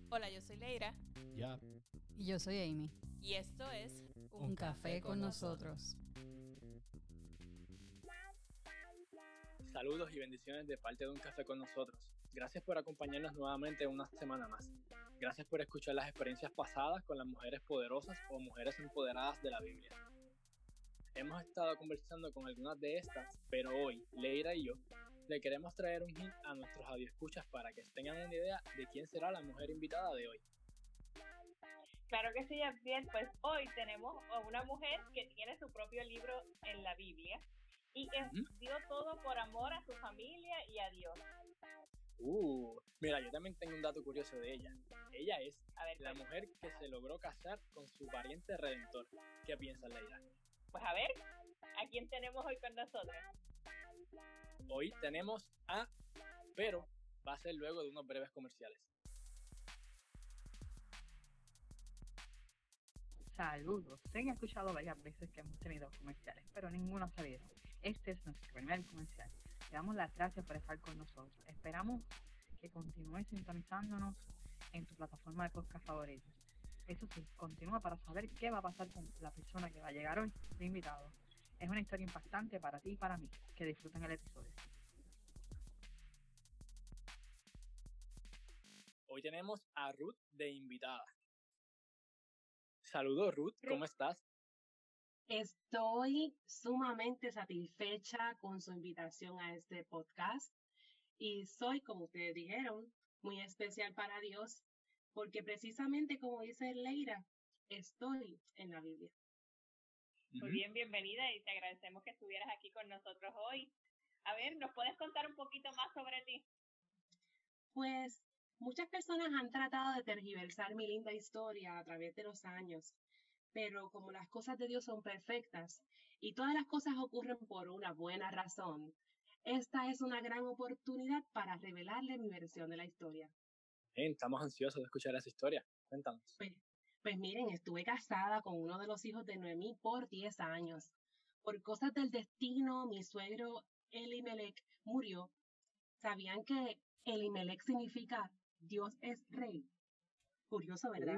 Hola, yo soy Leira. Ya. Y yo soy Amy. Y esto es Un café con nosotros. Saludos y bendiciones de parte de Un Café con Nosotros. Gracias por acompañarnos nuevamente una semana más. Gracias por escuchar las experiencias pasadas con las mujeres poderosas o mujeres empoderadas de la Biblia. Hemos estado conversando con algunas de estas, pero hoy, Leira y yo, le queremos traer un hint a nuestros audioescuchas para que tengan una idea de quién será la mujer invitada de hoy. Claro que sí, bien, pues hoy tenemos a una mujer que tiene su propio libro en la Biblia y dio todo por amor a su familia y a Dios. Mira, yo también tengo un dato curioso de ella. Ella es la mujer que se logró casar con su pariente redentor. ¿Qué piensas, Leira? Pues a ver, ¿a quién tenemos hoy con nosotros? Hoy tenemos a... pero va a ser luego de unos breves comerciales. Saludos. Se han escuchado varias veces que hemos tenido comerciales, pero ninguno ha salido. Este es nuestro primer comercial. Le damos las gracias por estar con nosotros. Esperamos que continúes sintonizándonos en tu plataforma de podcast favorita. Eso sí, continúa para saber qué va a pasar con la persona que va a llegar hoy de invitado. Es una historia impactante para ti y para mí. Que disfruten el episodio. Hoy tenemos a Ruth de invitada. Saludos, Ruth, ¿cómo estás? Estoy sumamente satisfecha con su invitación a este podcast y soy, como ustedes dijeron, muy especial para Dios porque precisamente como dice Leira, estoy en la Biblia. Muy bien, bienvenida y te agradecemos que estuvieras aquí con nosotros hoy. A ver, ¿nos puedes contar un poquito más sobre ti? Pues muchas personas han tratado de tergiversar mi linda historia a través de los años, pero como las cosas de Dios son perfectas y todas las cosas ocurren por una buena razón, esta es una gran oportunidad para revelarle mi versión de la historia. Estamos ansiosos de escuchar esa historia. Cuéntanos. Pues miren, estuve casada con uno de los hijos de Noemí por 10 años. Por cosas del destino, mi suegro Elimelech murió. ¿Sabían que Elimelech significa Dios es rey? Curioso, ¿verdad?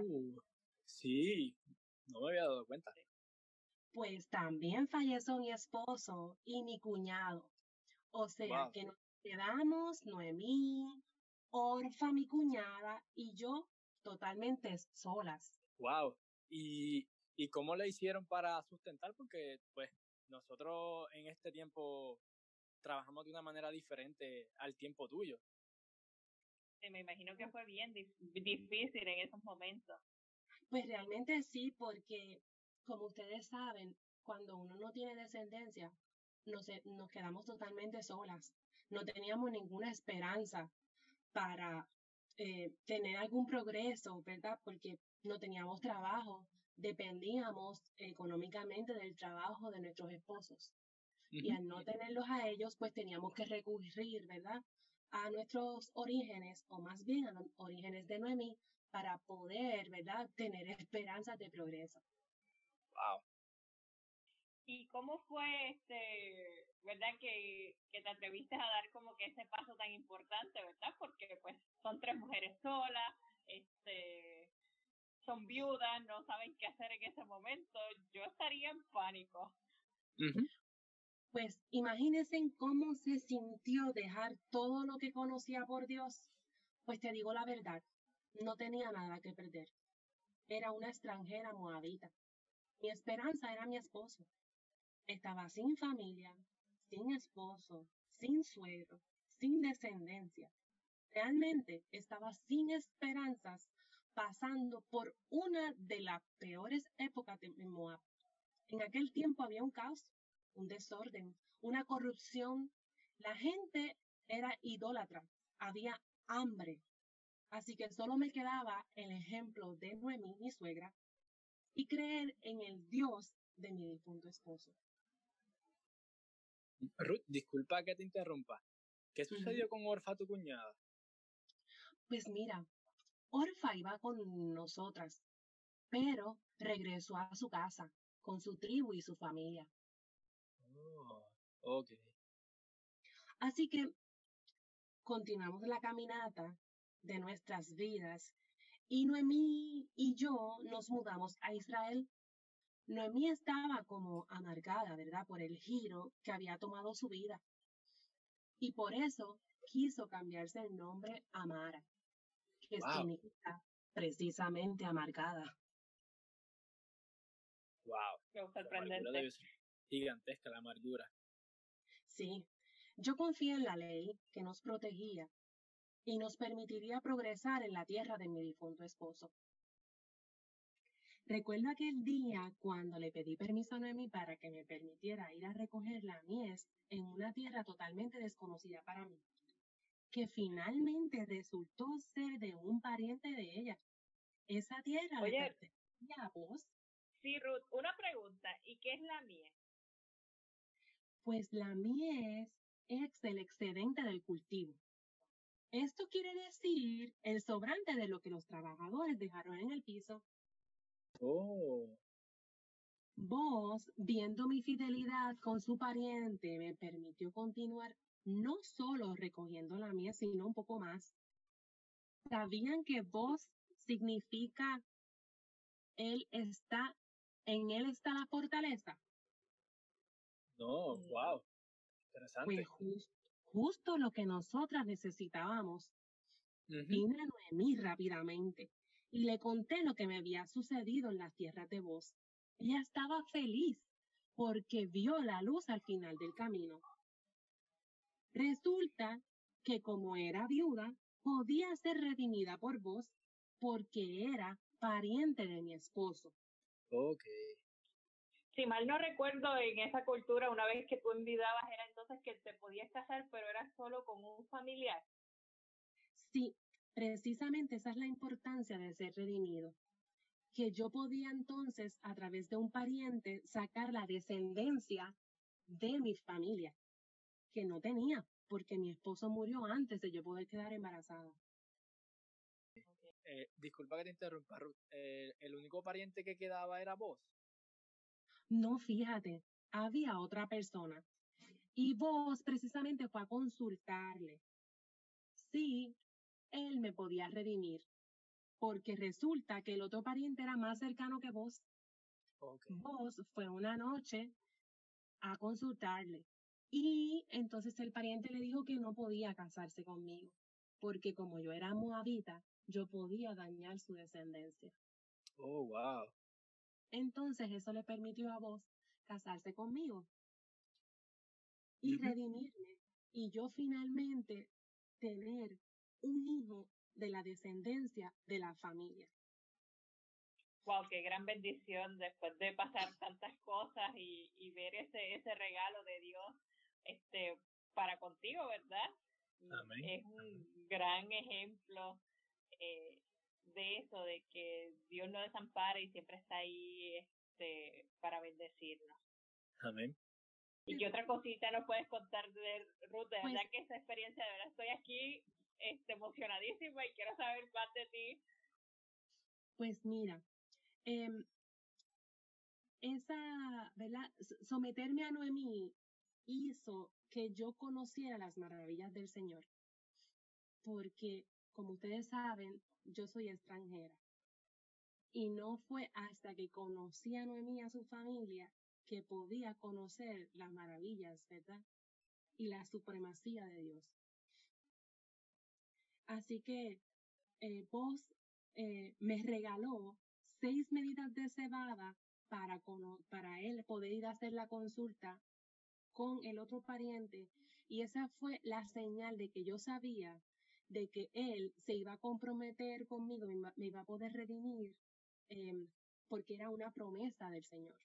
Sí, no me había dado cuenta. Pues también falleció mi esposo y mi cuñado. O sea que nos quedamos Noemí, Orfa, mi cuñada, y yo totalmente solas. Wow. ¿Y cómo le hicieron para sustentar? Porque pues nosotros en este tiempo trabajamos de una manera diferente al tiempo tuyo. Sí, me imagino que fue bien difícil en esos momentos. Pues realmente sí, porque como ustedes saben, cuando uno no tiene descendencia, nos quedamos totalmente solas. No teníamos ninguna esperanza para tener algún progreso, ¿verdad? Porque no teníamos trabajo, dependíamos económicamente del trabajo de nuestros esposos. Y al no tenerlos a ellos, pues teníamos que recurrir, ¿verdad? A nuestros orígenes, o más bien a los orígenes de Noemí, para poder, ¿verdad?, tener esperanzas de progreso. Wow. ¿Y cómo fue, verdad, que te atreviste a dar como que ese paso tan importante, verdad? Porque pues son 3 mujeres solas, son viudas, no saben qué hacer en ese momento. Yo estaría en pánico. Pues imagínense cómo se sintió dejar todo lo que conocía por Dios. Pues te digo la verdad, no tenía nada que perder. Era una extranjera moabita. Mi esperanza era mi esposo. Estaba sin familia, sin esposo, sin suegro, sin descendencia. Realmente estaba sin esperanzas, pasando por una de las peores épocas de Moab. En aquel tiempo había un caos, un desorden, una corrupción. La gente era idólatra, había hambre. Así que solo me quedaba el ejemplo de Noemí, mi suegra, y creer en el Dios de mi difunto esposo. Ruth, disculpa que te interrumpa. ¿Qué sucedió con Orfa, tu cuñada? Pues mira, Orfa iba con nosotras, pero regresó a su casa, con su tribu y su familia. Ok. Así que continuamos la caminata de nuestras vidas Y Noemí y yo nos mudamos a Israel. Noemí estaba como amargada, ¿verdad?, por el giro que había tomado su vida. Y por eso quiso cambiarse el nombre a Mara, que Wow, significa precisamente amargada. wow. Qué La amargura sorprendente. debe ser gigantesca, la amargura. Sí, yo confié en la ley que nos protegía y nos permitiría progresar en la tierra de mi difunto esposo. Recuerdo aquel día cuando le pedí permiso a Noemí para que me permitiera ir a recoger la mies en una tierra totalmente desconocida para mí, que finalmente resultó ser de un pariente de ella. Esa tierra le Oye, pertenecía a vos. sí, Ruth, una pregunta. ¿Y qué es la mía? Pues la mies es el excedente del cultivo. Esto quiere decir el sobrante de lo que los trabajadores dejaron en el piso. Oh, Vos, viendo mi fidelidad con su pariente, me permitió continuar no solo recogiendo la mies, sino un poco más. ¿Sabían que vos significa él está, en él está la fortaleza? no, wow. Pues Interesante. justo lo que nosotras necesitábamos. Ujú. Vine a Noemí rápidamente y le conté lo que me había sucedido en las tierras de Voz. Ella estaba feliz porque vio la luz al final del camino. Resulta que como era viuda, podía ser redimida por Voz porque era pariente de mi esposo. Ok. Si mal no recuerdo, en esa cultura, una vez que tú enviudabas, era entonces que te podías casar, pero era solo con un familiar. Sí, precisamente esa es la importancia de ser redimido. Que yo podía entonces, a través de un pariente, sacar la descendencia de mi familia, que no tenía, porque mi esposo murió antes de yo poder quedar embarazada. Disculpa que te interrumpa, Ruth. ¿El único pariente que quedaba era vos? No, fíjate, había otra persona. Y vos precisamente fue a consultarle. Sí, él me podía redimir, porque resulta que el otro pariente era más cercano que vos. Ok. Vos fue una noche a consultarle. Y entonces el pariente le dijo que no podía casarse conmigo, porque como yo era moabita, yo podía dañar su descendencia. Oh, wow. Entonces eso le permitió a vos casarse conmigo y Ujú. redimirme. Y yo finalmente tener un hijo de la descendencia de la familia. Wow, qué gran bendición después de pasar tantas cosas y ver ese regalo de Dios para contigo, ¿verdad? Amén. Es un gran ejemplo de eso, de que Dios no desampara y siempre está ahí para bendecirnos. Amén. ¿Y qué otra cosita nos puedes contar de Ruth? De Pues- verdad que esa experiencia, de verdad estoy aquí emocionadísima y quiero saber más de ti. Pues mira, ¿verdad? Someterme a Noemí hizo que yo conociera las maravillas del Señor, porque como ustedes saben, yo soy extranjera. Y no fue hasta que conocí a Noemí y a su familia que podía conocer las maravillas, ¿verdad? Y la supremacía de Dios. Así que vos me regaló 6 medidas de cebada para él poder ir a hacer la consulta con el otro pariente. Y esa fue la señal de que yo sabía de que él se iba a comprometer conmigo, me iba a poder redimir, porque era una promesa del Señor.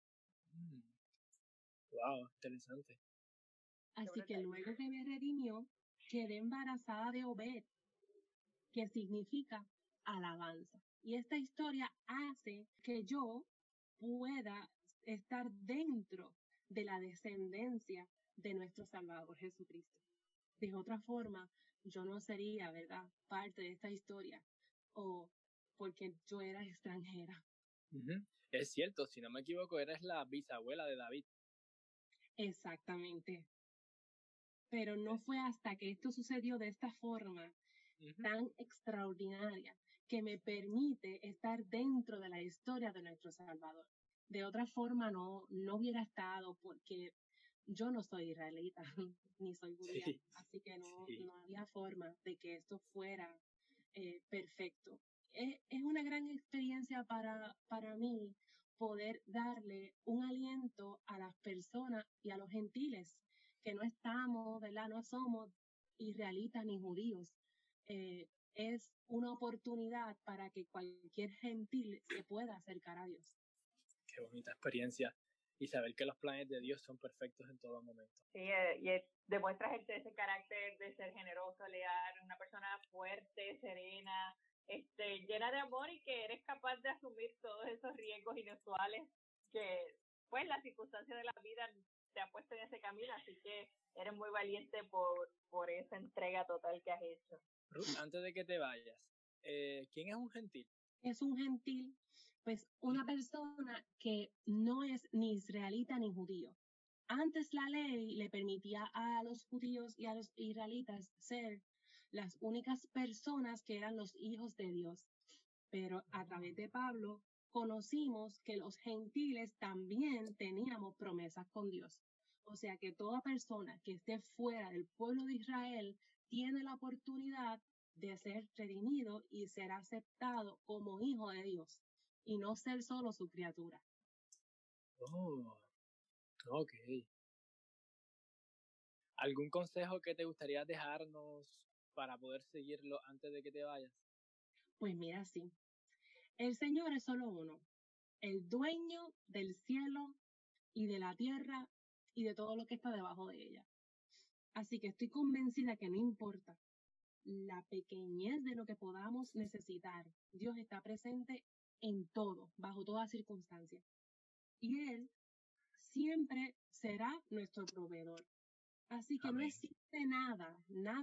Wow, interesante. Así que luego que me redimió, quedé embarazada de Obed, que significa alabanza. Y esta historia hace que yo pueda estar dentro de la descendencia de nuestro Salvador Jesucristo. De otra forma, yo no sería, ¿verdad?, parte de esta historia, o porque yo era extranjera. Ujú. Es cierto, si no me equivoco, eres la bisabuela de David. Exactamente. Pero no fue hasta que esto sucedió de esta forma Ujú. tan extraordinaria que me permite estar dentro de la historia de nuestro Salvador. De otra forma no hubiera estado, porque yo no soy israelita ni soy judía, Sí, así que no sí. había forma de que esto fuera perfecto. Es una gran experiencia para mí poder darle un aliento a las personas y a los gentiles que no estamos, ¿verdad? No somos israelitas ni judíos. Es una oportunidad para que cualquier gentil se pueda acercar a Dios. Qué bonita experiencia. Y saber que los planes de Dios son perfectos en todo momento. Sí, y demuestras ese carácter de ser generoso, leal, una persona fuerte, serena, llena de amor, y que eres capaz de asumir todos esos riesgos inusuales que, pues, las circunstancias de la vida te ha puesto en ese camino, así que eres muy valiente por esa entrega total que has hecho. Ruth, antes de que te vayas, ¿quién es un gentil? Es un gentil, pues una persona que no es ni israelita ni judío. Antes la ley le permitía a los judíos y a los israelitas ser las únicas personas que eran los hijos de Dios. Pero a través de Pablo conocimos que los gentiles también teníamos promesas con Dios. O sea que toda persona que esté fuera del pueblo de Israel tiene la oportunidad de ser redimido y ser aceptado como hijo de Dios y no ser solo su criatura. Oh, ok. ¿Algún consejo que te gustaría dejarnos para poder seguirlo antes de que te vayas? Pues mira, sí. El Señor es solo uno, el dueño del cielo y de la tierra y de todo lo que está debajo de ella. Así que estoy convencida que no importa la pequeñez de lo que podamos necesitar, Dios está presente en todo, bajo toda circunstancia. Y Él siempre será nuestro proveedor. Así que Amén. no existe nada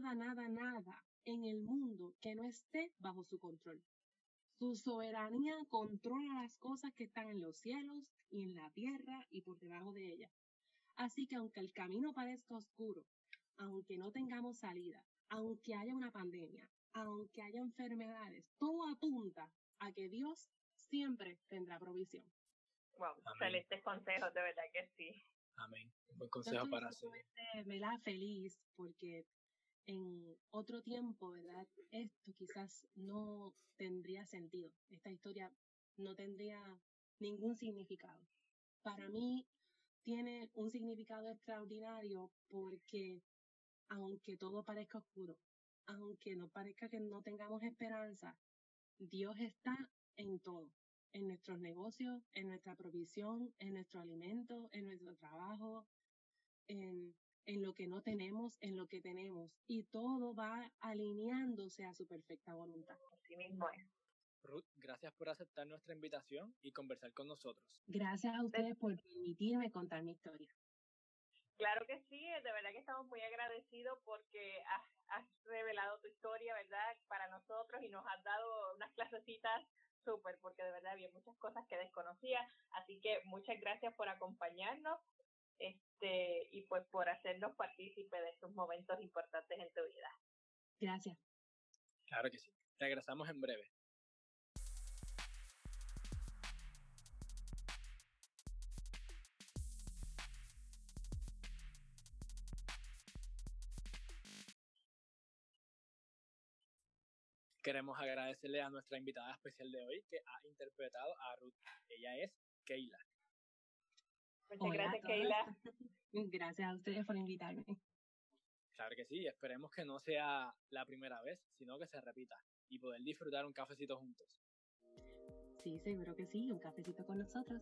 en el mundo que no esté bajo su control. Su soberanía controla las cosas que están en los cielos y en la tierra y por debajo de ella. Así que aunque el camino parezca oscuro, aunque no tengamos salida, aunque haya una pandemia, aunque haya enfermedades, todo apunta a que Dios siempre tendrá provisión. Wow, excelentes consejos, de verdad que sí. Amén. Un buen consejo para seguir. Me la feliz porque en otro tiempo, ¿verdad? Esto quizás no tendría sentido. Esta historia no tendría ningún significado. Para mí tiene un significado extraordinario porque aunque todo parezca oscuro, aunque no parezca que no tengamos esperanza, Dios está en todo, en nuestros negocios, en nuestra provisión, en nuestro alimento, en nuestro trabajo, en lo que no tenemos, en lo que tenemos, y todo va alineándose a su perfecta voluntad. Así mismo es. Ruth, gracias por aceptar nuestra invitación y conversar con nosotros. Gracias a ustedes por permitirme contar mi historia. Claro que sí, de verdad que estamos muy agradecidos porque has revelado tu historia, ¿verdad?, para nosotros, y nos has dado unas clasecitas súper, porque de verdad había muchas cosas que desconocía, así que muchas gracias por acompañarnos y pues por hacernos partícipe de estos momentos importantes en tu vida. Gracias. Claro que sí. Regresamos en breve. Queremos agradecerle a nuestra invitada especial de hoy que ha interpretado a Ruth. Ella es Keila. Muchas gracias, Keila. Gracias a ustedes por invitarme. Claro que sí, esperemos que no sea la primera vez, sino que se repita y poder disfrutar un cafecito juntos. Sí, seguro que sí, un cafecito con nosotros.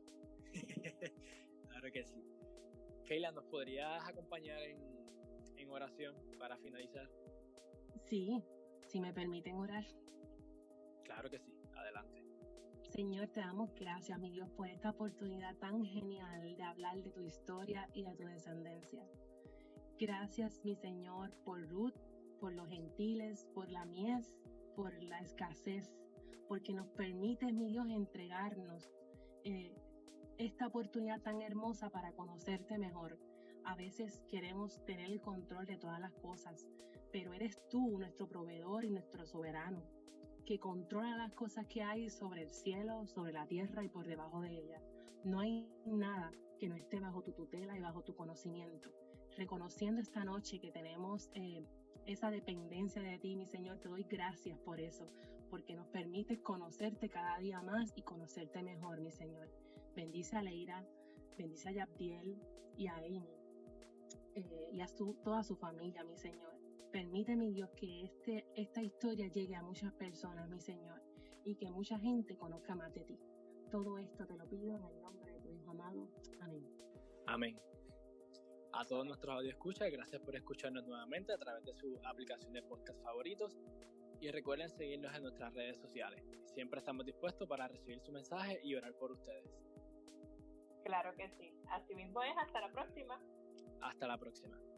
Claro que sí. Keila, ¿nos podrías acompañar en oración para finalizar? Sí, si me permiten orar. Claro que sí, adelante. Señor, te damos gracias, mi Dios, por esta oportunidad tan genial de hablar de tu historia y de tu descendencia. Gracias, mi Señor, por Ruth, por los gentiles, por la mies, por la escasez, porque nos permites, mi Dios, entregarnos esta oportunidad tan hermosa para conocerte mejor. A veces queremos tener el control de todas las cosas, pero eres tú nuestro proveedor y nuestro soberano. que controla las cosas que hay sobre el cielo, sobre la tierra y por debajo de ella. No hay nada que no esté bajo tu tutela y bajo tu conocimiento. Reconociendo esta noche que tenemos esa dependencia de ti, mi Señor, te doy gracias por eso, porque nos permites conocerte cada día más y conocerte mejor, mi Señor. Bendice a Leira, bendice a Yabdiel y a Amy y a toda su familia, mi Señor. Permíteme, Dios, que esta historia llegue a muchas personas, mi Señor, y que mucha gente conozca más de ti. Todo esto te lo pido en el nombre de tu Hijo amado. Amén. Amén. A todos nuestros audioscuchas, gracias por escucharnos nuevamente a través de su aplicación de podcast favoritos. Y recuerden seguirnos en nuestras redes sociales. Siempre estamos dispuestos para recibir su mensaje y orar por ustedes. Claro que sí. Así mismo es. Hasta la próxima. Hasta la próxima.